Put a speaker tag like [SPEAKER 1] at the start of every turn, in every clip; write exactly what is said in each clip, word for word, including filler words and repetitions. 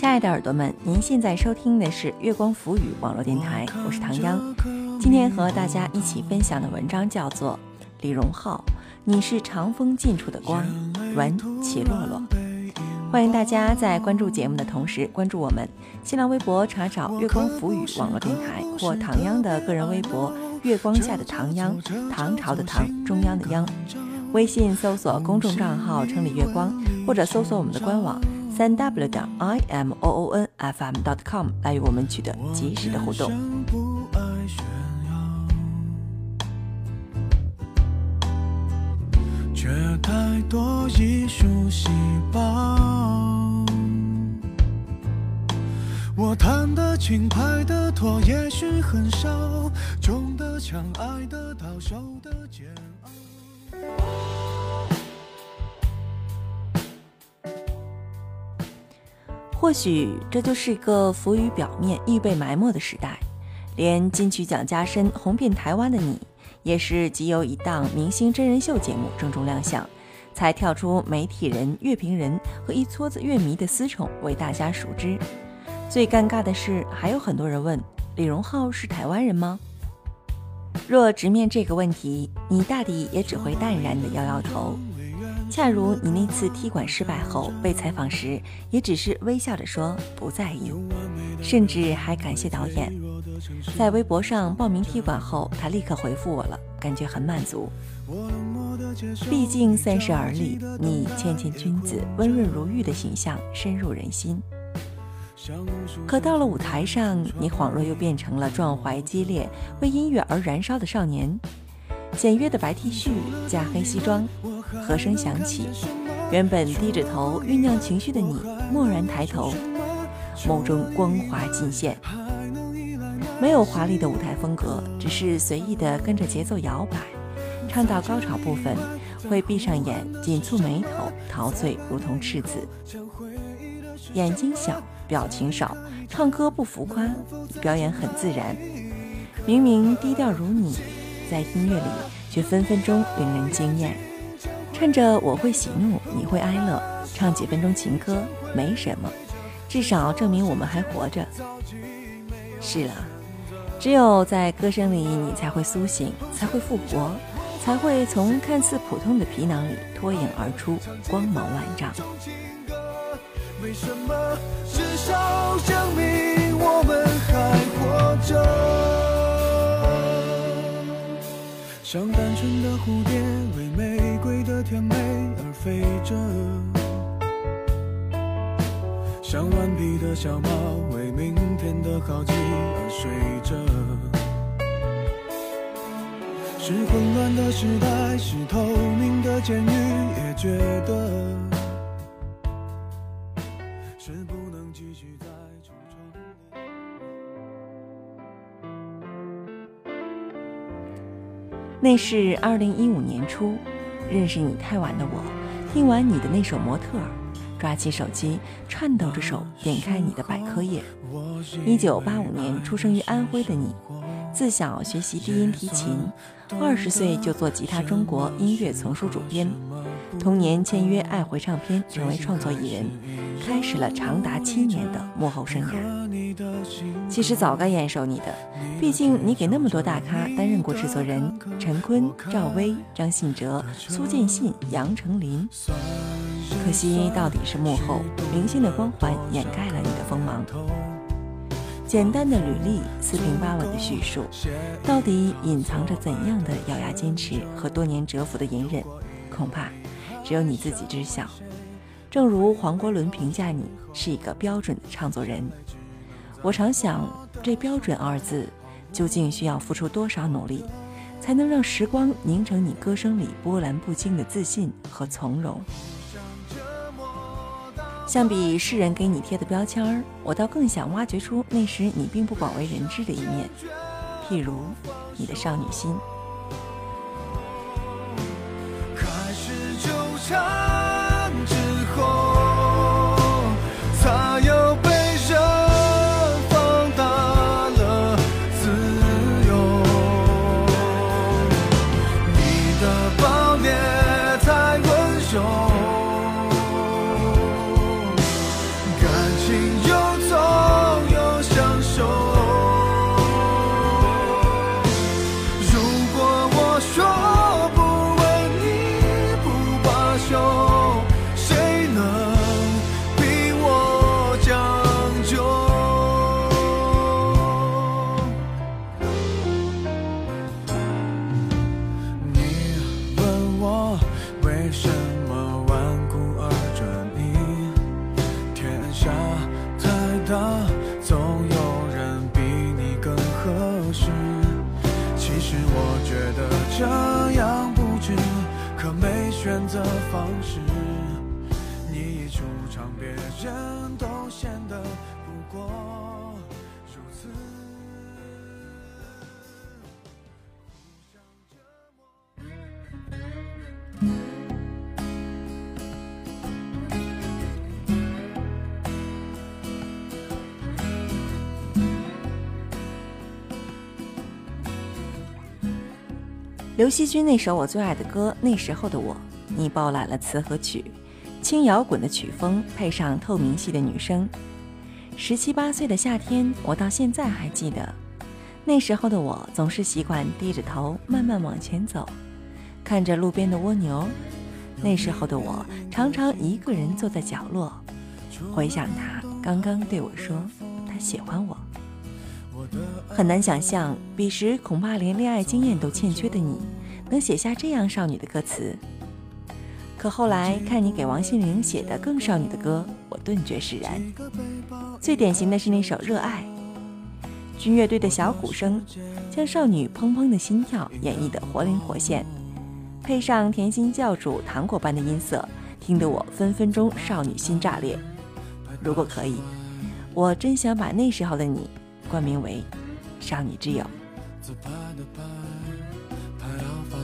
[SPEAKER 1] 亲爱的耳朵们，您现在收听的是月光浮语网络电台，我是唐央。今天和大家一起分享的文章叫做李荣浩，你是长风近处的光，文齐洛洛。欢迎大家在关注节目的同时关注我们新浪微博，查找月光浮语网络电台或唐央的个人微博月光下的唐央，唐朝的唐，中央的央。微信搜索公众账号城里月光，或者搜索我们的官网三 w 点 i m o o n f m 点 com 来与我们取得及时的互动。
[SPEAKER 2] 却太多艺术细胞，我弹的轻拍的拖也许很少，重的强爱的到手的煎熬。
[SPEAKER 1] 或许这就是个浮于表面预被埋没的时代，连金曲奖加身红遍台湾的你，也是藉由一档明星真人秀节目郑重亮相，才跳出媒体人、乐评人和一撮子乐迷的私宠为大家熟知。最尴尬的是，还有很多人问李荣浩是台湾人吗？若直面这个问题，你大抵也只会淡然地摇摇头，恰如你那次踢馆失败后被采访时，也只是微笑着说不在意，甚至还感谢导演。在微博上报名踢馆后，他立刻回复我了，感觉很满足。毕竟三十而立，你谦谦君子、温润如玉的形象深入人心。可到了舞台上，你恍若又变成了壮怀激烈、为音乐而燃烧的少年。简约的白 T 恤加黑西装，和声响起，原本低着头酝酿情绪的你蓦然抬头，眸中光华尽现。没有华丽的舞台风格，只是随意的跟着节奏摇摆，唱到高潮部分会闭上眼，紧蹙眉头，陶醉如同赤子。眼睛小，表情少，唱歌不浮夸，表演很自然。明明低调如你，在音乐里却分分钟令人惊艳。趁着我会喜怒，你会哀乐，唱几分钟情歌没什么，至少证明我们还活着。是了，只有在歌声里，你才会苏醒，才会复活，才会从看似普通的皮囊里脱颖而出，光芒万丈。
[SPEAKER 2] 为什么至少证明我们还活着？像单纯的蝴蝶为玫瑰的甜美而飞着，像顽皮的小猫为明天的好奇而睡着。是混乱的时代，是透明的监狱，也觉得是不能继续再橱窗。
[SPEAKER 1] 那是二零一五年初，认识你太晚的我，听完你的那首《模特儿》，抓起手机，颤抖着手点开你的百科页。一九八五年出生于安徽的你，自小学习低音提琴，二十岁就做吉他中国音乐丛书主编，同年签约爱回唱片，成为创作艺人，开始了长达七年的幕后生涯。其实早该眼熟你的，毕竟你给那么多大咖担任过制作人，陈坤、赵薇、张信哲、苏建信、杨丞琳。可惜到底是幕后，明星的光环掩盖了你的锋芒。简单的履历，四平八稳的叙述，到底隐藏着怎样的咬牙坚持和多年蛰伏的隐忍，恐怕只有你自己知晓。正如黄国伦评价你是一个标准的唱作人，我常想，这标准二字究竟需要付出多少努力，才能让时光凝成你歌声里波澜不惊的自信和从容。相比世人给你贴的标签儿，我倒更想挖掘出那时你并不广为人知的一面，譬如你的少女心。
[SPEAKER 2] 开始纠缠之后，才有被人放大了自由。你的暴烈太温柔，感情有这样不值，可没选择方式。你一出场，别人都显得不过如此。
[SPEAKER 1] 刘惜君那首我最爱的歌《那时候的我》，你包揽了词和曲，轻摇滚的曲风配上透明系的女声。十七八岁的夏天，我到现在还记得，那时候的我总是习惯低着头慢慢往前走，看着路边的蜗牛。那时候的我常常一个人坐在角落，回想他刚刚对我说他喜欢我。很难想象，彼时恐怕连恋爱经验都欠缺的你，能写下这样少女的歌词。可后来看你给王心凌写的更少女的歌，我顿觉释然。最典型的是那首《热爱》，军乐队的小鼓声将少女砰砰的心跳演绎得活灵活现，配上甜心教主糖果般的音色，听得我分分钟少女心炸裂。如果可以，我真想把那时候的你冠名为少女之友。
[SPEAKER 2] 自拍的拍，拍到发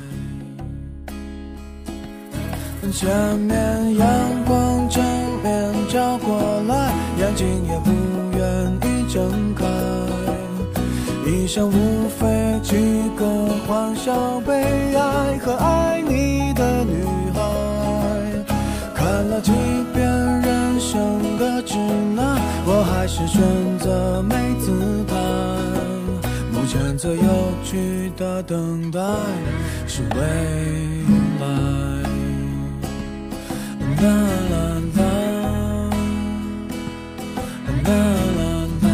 [SPEAKER 2] 呆。前面阳光正面照过来，眼睛也不愿意睁开。一生无非几个欢笑、悲哀和爱你的女孩。看了几遍人生的指南，我还是选择没姿态。目前最有趣的等待是未来。啦啦啦，啦啦啦。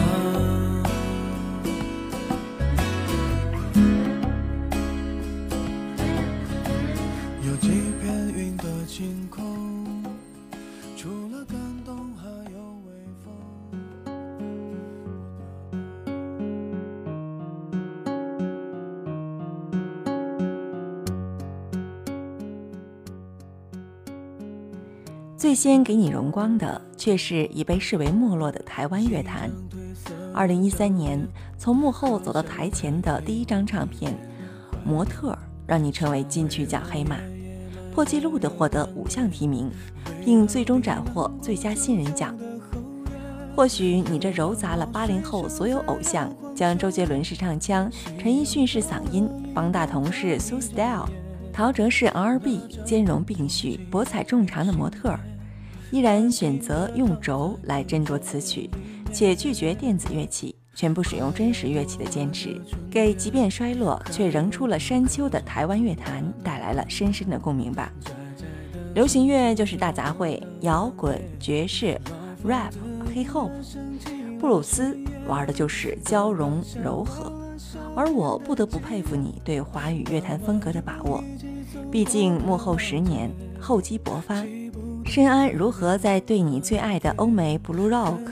[SPEAKER 2] 有几片云的晴空，除了感动还有微风。
[SPEAKER 1] 最先给你荣光的，却是已被视为没落的台湾乐坛。二零一三年，从幕后走到台前的第一张唱片《模特》，让你成为金曲奖黑马，破纪录地获得五项提名，并最终斩获最佳新人奖。或许你这糅杂了八零后所有偶像，将周杰伦式唱腔、陈奕迅式嗓音、方大同式苏 style、陶喆式 R and B 兼容并蓄、博采众长的模特，依然选择用轴来斟酌词曲，且拒绝电子乐器，全部使用真实乐器的坚持，给即便衰落却仍出了山丘的台湾乐坛带来了深深的共鸣吧。流行乐就是大杂烩，摇滚、爵士、rap、hip hop、布鲁斯，玩的就是交融柔和。而我不得不佩服你对华语乐坛风格的把握，毕竟幕后十年，厚积薄发。申安如何在对你最爱的欧美 Blue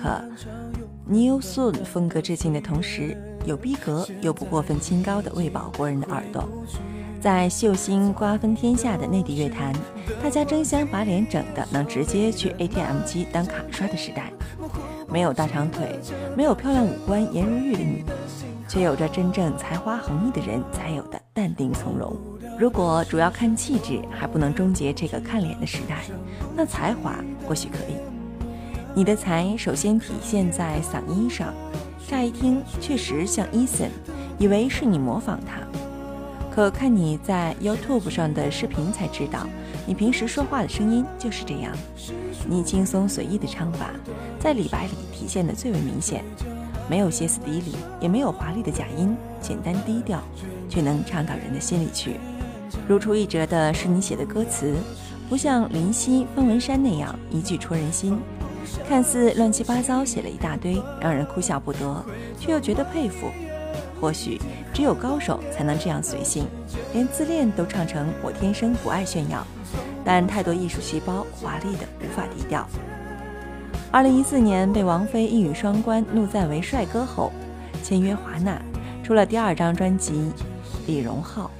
[SPEAKER 1] Rock、Neo Soul 风格致敬的同时，有逼格又不过分清高的喂饱国人的耳朵？在秀星瓜分天下的内地乐坛，大家争相把脸整的能直接去 A T M 机当卡刷的时代，没有大长腿，没有漂亮五官颜如玉的你，却有着真正才华横溢的人才有的淡定从容。如果主要看气质还不能终结这个看脸的时代，那才华或许可以。你的才首先体现在嗓音上，乍一听确实像 Eason， 以为是你模仿他，可看你在 YouTube 上的视频才知道，你平时说话的声音就是这样。你轻松随意的唱法，在李白里体现的最为明显，没有歇斯底里，也没有华丽的假音，简单低调，却能唱到人的心里去。如出一辙的是你写的歌词，不像林夕、方文山那样一句戳人心，看似乱七八糟写了一大堆，让人哭笑不得，却又觉得佩服。或许只有高手才能这样随性，连自恋都唱成我天生不爱炫耀，但太多艺术细胞华丽的无法低调。二零一四年被王菲一语双关怒赞为帅哥后，签约华纳，出了第二张专辑《李荣浩》，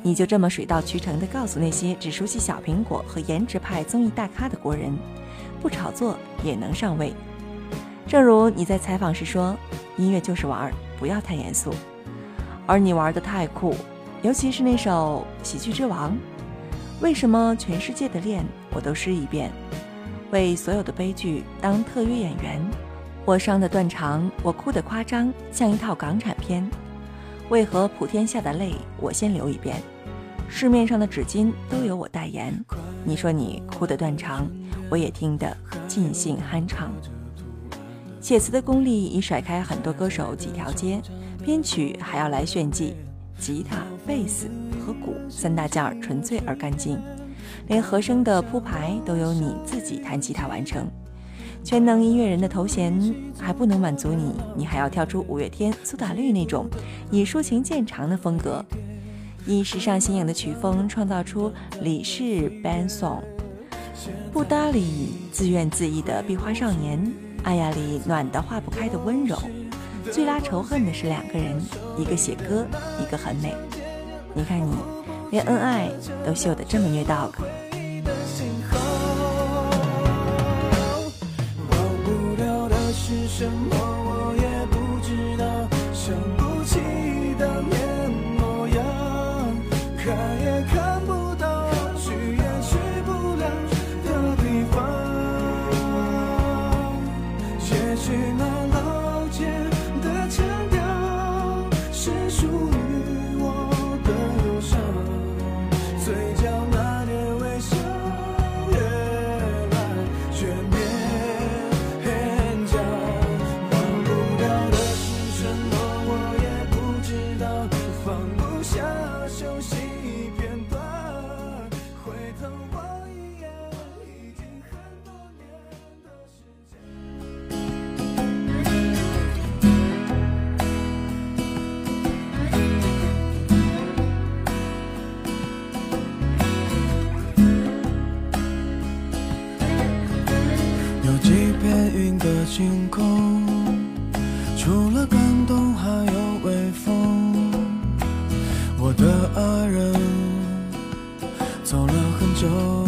[SPEAKER 1] 你就这么水到渠成地告诉那些只熟悉小苹果和颜值派综艺大咖的国人，不炒作也能上位。正如你在采访时说，音乐就是玩，不要太严肃。而你玩得太酷，尤其是那首《喜剧之王》，为什么全世界的恋我都试一遍？为所有的悲剧当特约演员，我伤得断肠，我哭得夸张，像一套港产片。为何普天下的泪我先流一遍？市面上的纸巾都由我代言。你说你哭得断肠，我也听得尽兴酣畅。写词的功力已甩开很多歌手几条街，编曲还要来炫技，吉他、贝斯和鼓三大件儿纯粹而干净，连和声的铺排都由你自己弹吉他完成。全能音乐人的头衔还不能满足你，你还要跳出五月天、苏打绿那种以抒情见长的风格，以时尚新颖的曲风创造出李氏 band song， 不搭理自怨自艾的壁花少年，爱呀里暖得化不开的温柔。最拉仇恨的是两个人，一个写歌，一个很美。你看你连恩爱都秀得这么虐 dog。
[SPEAKER 2] 是什么我也不知道，想不起的面模样，看也看不到，去也去不了的地方。也许那老街的腔调是属于我的忧伤，嘴角那点微笑越来越绵。星空除了感动还有微风，我的爱人走了很久，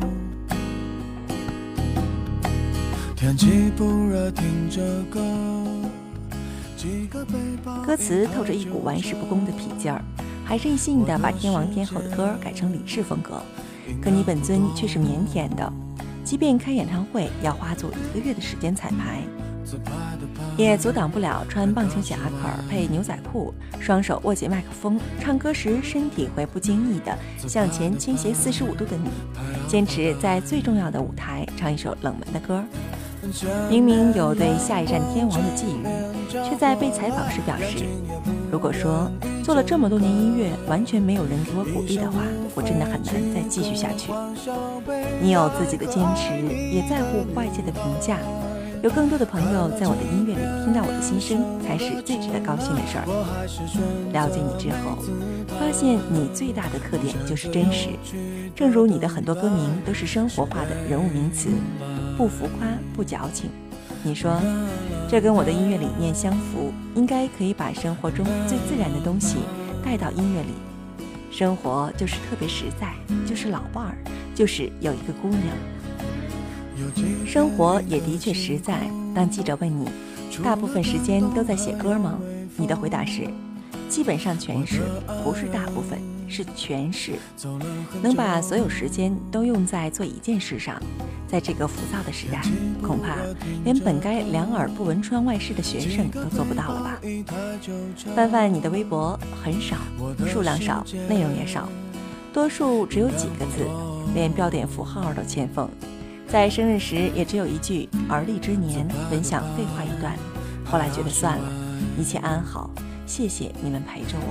[SPEAKER 2] 天气不热听着歌，几个背包。
[SPEAKER 1] 歌词透着一股玩世不恭的痞劲儿，还任性的把天王天后的歌改成李氏风格，可你本尊却是腼腆的，即便开演唱会要花足一个月的时间彩排，也阻挡不了穿棒球夹克配牛仔裤，双手握紧麦克风，唱歌时身体会不经意的向前倾斜四十五度的你，坚持在最重要的舞台唱一首冷门的歌。明明有对下一站天王的寄语，却在被采访时表示，如果说做了这么多年音乐完全没有人给我鼓励的话，我真的很难再继续下去。你有自己的坚持，也在乎外界的评价，有更多的朋友在我的音乐里听到我的心声，才是最值得高兴的事儿。了解你之后，发现你最大的特点就是真实，正如你的很多歌名都是生活化的人物名词，不浮夸不矫情。你说这跟我的音乐理念相符，应该可以把生活中最自然的东西带到音乐里。生活就是特别实在，就是老伴儿，就是有一个姑娘。生活也的确实在。当记者问你大部分时间都在写歌吗？你的回答是基本上全是，不是大部分，是全是。能把所有时间都用在做一件事上，在这个浮躁的时代，恐怕连本该两耳不闻窗外事的学生都做不到了吧。翻翻你的微博，很少，数量少，内容也少，多数只有几个字，连标点符号都欠奉。在生日时也只有一句而立之年，本想废话一段，后来觉得算了，一切安好，谢谢你们陪着我。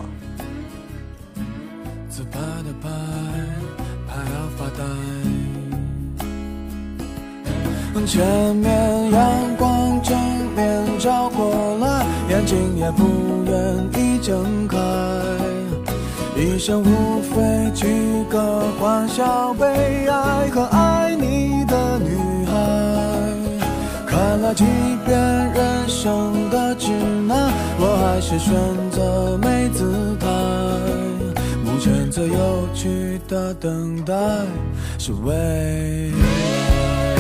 [SPEAKER 2] 自拍的拍，拍要发呆。前面阳光正面照过来，眼睛也不愿意睁开。一生无非几个欢笑、悲哀和爱你的女孩。看了几遍人生的指南，我还是选择没姿态。目前选择有趣的等待是未来。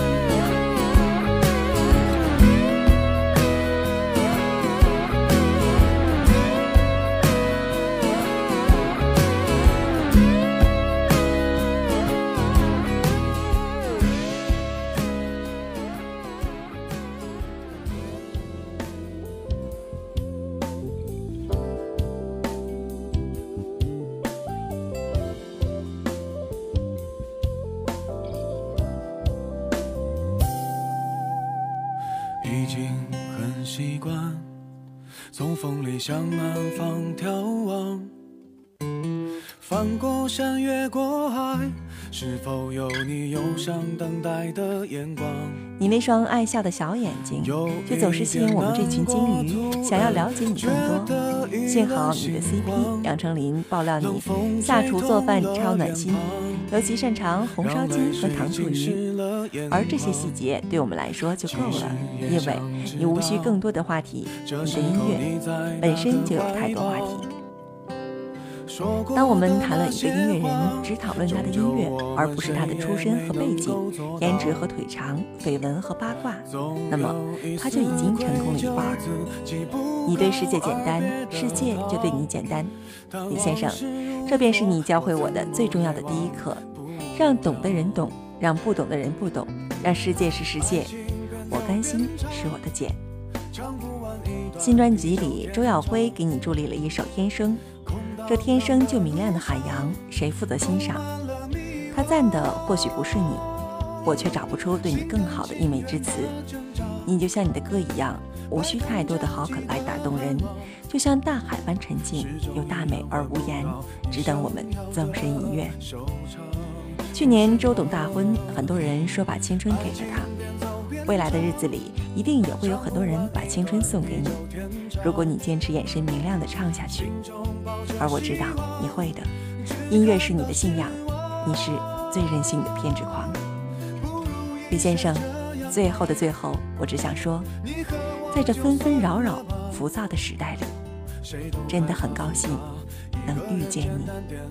[SPEAKER 2] 已经很习惯从风里向南方眺望，翻过山越过海，是否有你忧伤等待的眼光？
[SPEAKER 1] 你那双爱笑的小眼睛，却总是吸引我们这群金鱼，想要了解你更多。幸好你的 C P 杨丞琳爆料你下厨做饭超暖心，尤其擅长红烧鸡和糖醋鱼，而这些细节对我们来说就够了，因为你无需更多的话题，你的音乐本身就有太多话题。当我们谈论一个音乐人，只讨论他的音乐，而不是他的出身和背景、颜值和腿长、绯闻和八卦，那么他就已经成功了一半。你对世界简单，世界就对你简单。李先生，这便是你教会我的最重要的第一课：让懂的人懂，让不懂的人不懂，让世界是世界。我甘心是我的茧。新专辑里，周耀辉给你助力了一首《天生》。这天生就明亮的海洋，谁负责欣赏？他赞的或许不是你，我却找不出对你更好的溢美之词。你就像你的歌一样，无需太多的好可来打动人，就像大海般沉静，又大美而无言，只等我们纵身一跃。去年周董大婚，很多人说把青春给了他，未来的日子里一定也会有很多人把青春送给你，如果你坚持眼神明亮地唱下去。而我知道你会的，音乐是你的信仰，你是最任性的偏执狂。李先生，最后的最后，我只想说，在这纷纷扰扰浮躁的时代里，真的很高兴能遇见你。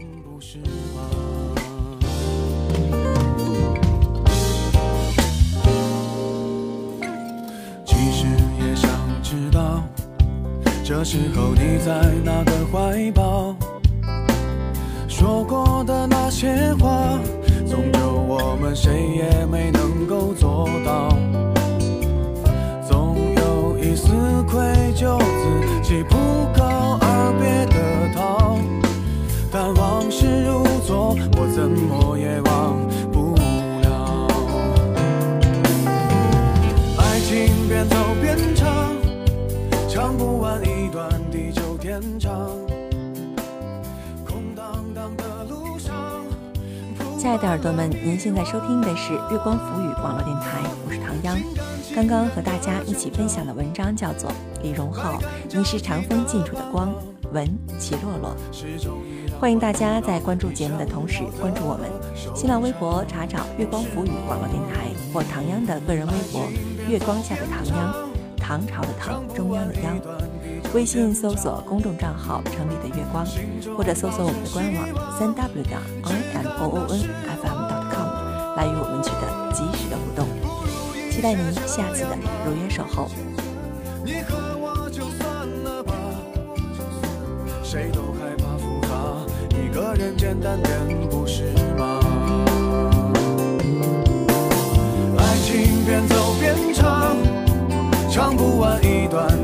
[SPEAKER 2] 这时候你在哪个怀抱？说过的那些话，终究我们谁也没能够做到。总有一丝愧疚，自己不告而别的逃。但往事如昨，我怎么也忘不了。爱情边走边唱，唱不完一段地久天长。空荡荡的路上，
[SPEAKER 1] 亲爱的耳朵们，您现在收听的是月光浮语网络电台，我是唐央。刚刚和大家一起分享的文章叫做李荣浩，你是长风近处的光，文齐洛洛。欢迎大家在关注节目的同时关注我们新浪微博，查找月光浮语网络电台，或唐央的个人微博月光下的唐央，唐朝的唐，中央的央。微信搜索公众账号城里的月光，或者搜索我们的官网 三 w 点 i m o o n f m 点 com 来与我们取得及时的互动。期待您下次的如约守候。
[SPEAKER 2] 你和我就算了吧，谁都害怕复杂，一个人简单点不是吗？爱情边走边唱，唱不完一段